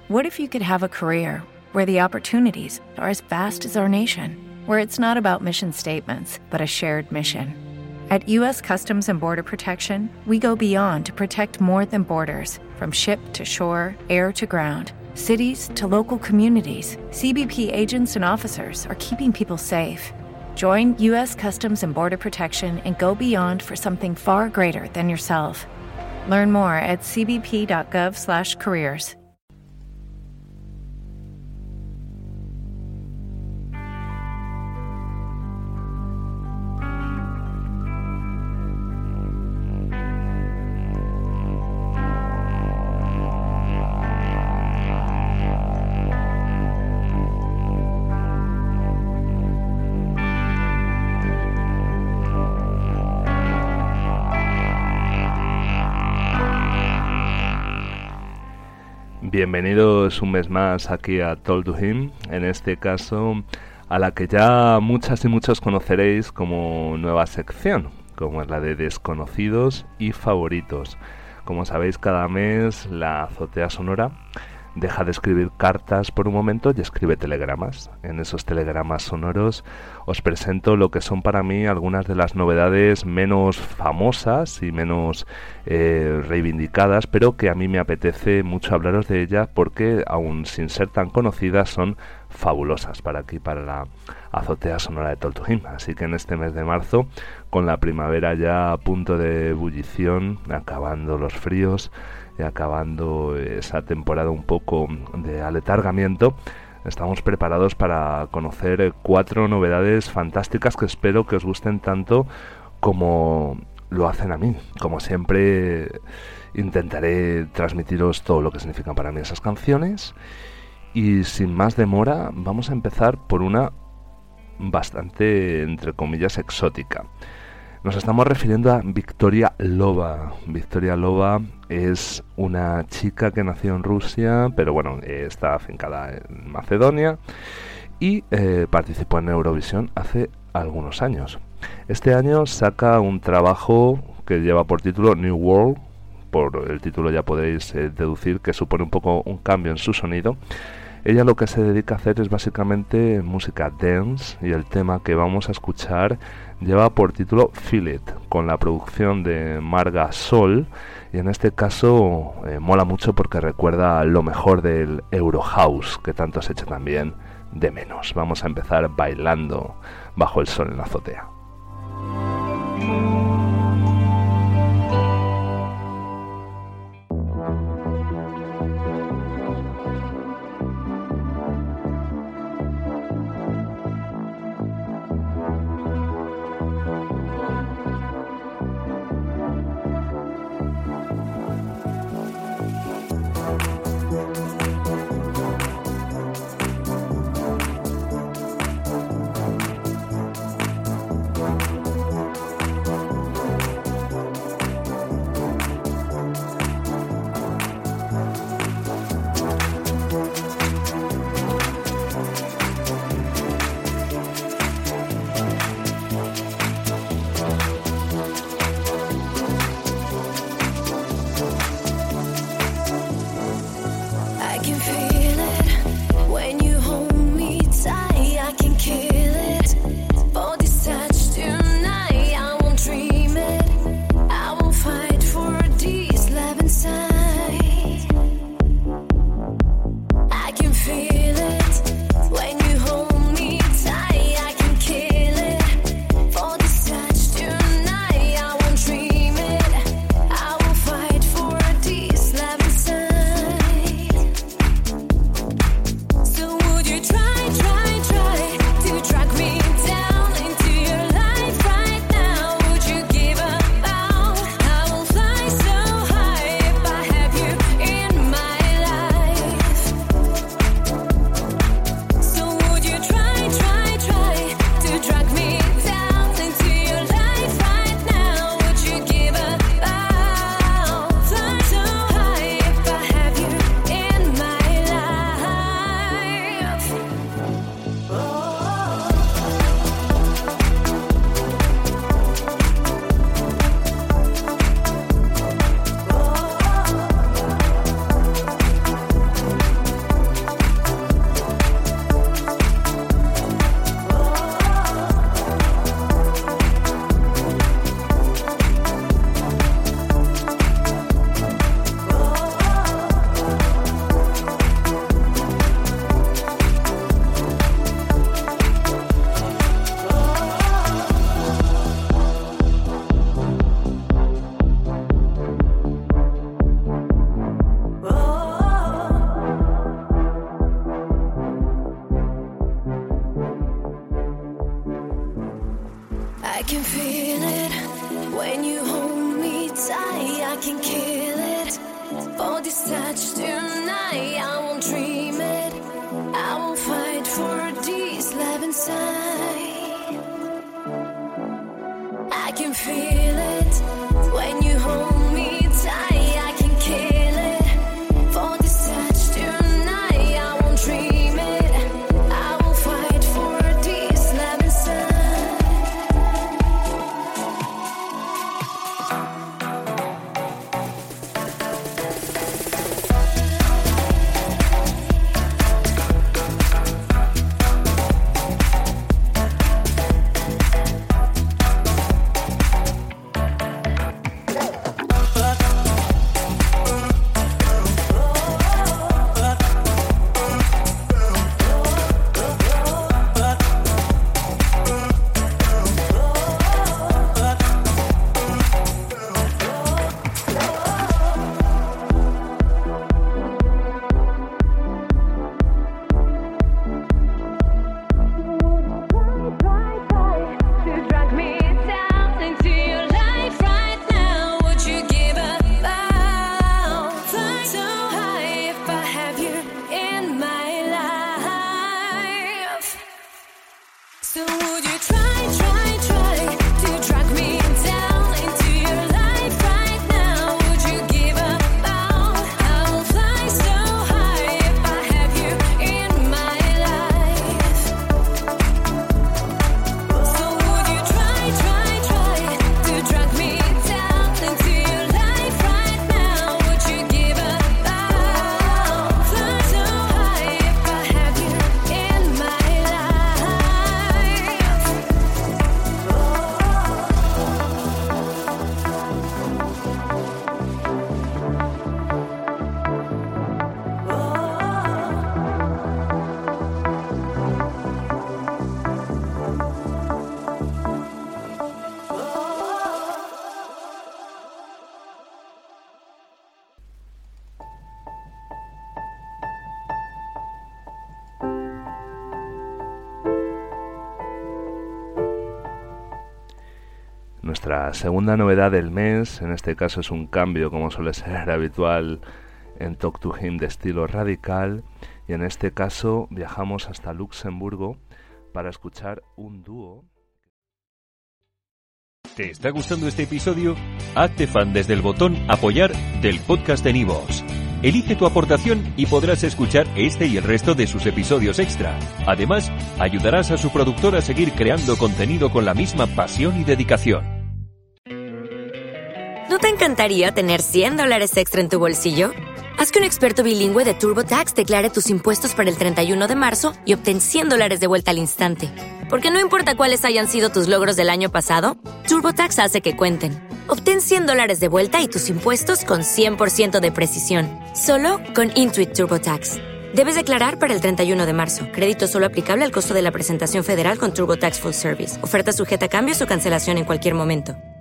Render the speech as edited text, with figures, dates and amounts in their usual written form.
What if you could have a career where the opportunities are as vast as our nation, where it's not about mission statements, but a shared mission? At U.S. Customs and Border Protection, we go beyond to protect more than borders. From ship to shore, air to ground, cities to local communities, CBP agents and officers are keeping people safe. Join U.S. Customs and Border Protection and go beyond for something far greater than yourself. Learn more at cbp.gov/careers. Bienvenidos un mes más aquí a Talk to Him, en este caso a la que ya muchas y muchos conoceréis como nueva sección, como es la de desconocidos y favoritos. Como sabéis, cada mes la Azotea Sonora deja de escribir cartas por un momento y escribe telegramas. En esos telegramas sonoros os presento lo que son para mí algunas de las novedades menos famosas y menos reivindicadas, pero que a mí me apetece mucho hablaros de ellas porque, aun sin ser tan conocidas, son fabulosas para aquí, para la Azotea Sonora de Talk to Him. Así que en este mes de marzo, con la primavera ya a punto de ebullición, acabando los fríos y acabando esa temporada un poco de aletargamiento, estamos preparados para conocer 4 novedades fantásticas que espero que os gusten tanto como lo hacen a mí. Como siempre, intentaré transmitiros todo lo que significan para mí esas canciones. Y sin más demora, vamos a empezar por una bastante, entre comillas, exótica. Nos estamos refiriendo a Victoria Loba. Victoria Loba es una chica que nació en Rusia, pero bueno, está afincada en Macedonia y participó en Eurovisión hace algunos años. Este año saca un trabajo que lleva por título New World. Por el título ya podéis deducir que supone un poco un cambio en su sonido. Ella lo que se dedica a hacer es básicamente música dance, y el tema que vamos a escuchar lleva por título Feel It, con la producción de Marga Sol, y en este caso mola mucho porque recuerda lo mejor del Eurohouse, que tanto se echa también de menos. Vamos a empezar bailando bajo el sol en la azotea. nuestra segunda novedad del mes. En este caso es un cambio, como suele ser habitual en Talk to Him, de estilo radical, y en este caso viajamos hasta Luxemburgo para escuchar un dúo. ¿Te está gustando este episodio? Hazte fan desde el botón Apoyar del podcast de iVoox. Elige tu aportación y podrás escuchar este y el resto de sus episodios extra. Además, ayudarás a su productor a seguir creando contenido con la misma pasión y dedicación. ¿No te encantaría tener $100 extra en tu bolsillo? Haz que un experto bilingüe de TurboTax declare tus impuestos para el 31 de marzo y obtén $100 de vuelta al instante. Porque no importa cuáles hayan sido tus logros del año pasado, TurboTax hace que cuenten. Obtén $100 de vuelta y tus impuestos con 100% de precisión. Solo con Intuit TurboTax. Debes declarar para el 31 de marzo. Crédito solo aplicable al costo de la presentación federal con TurboTax Full Service. Oferta sujeta a cambios o cancelación en cualquier momento.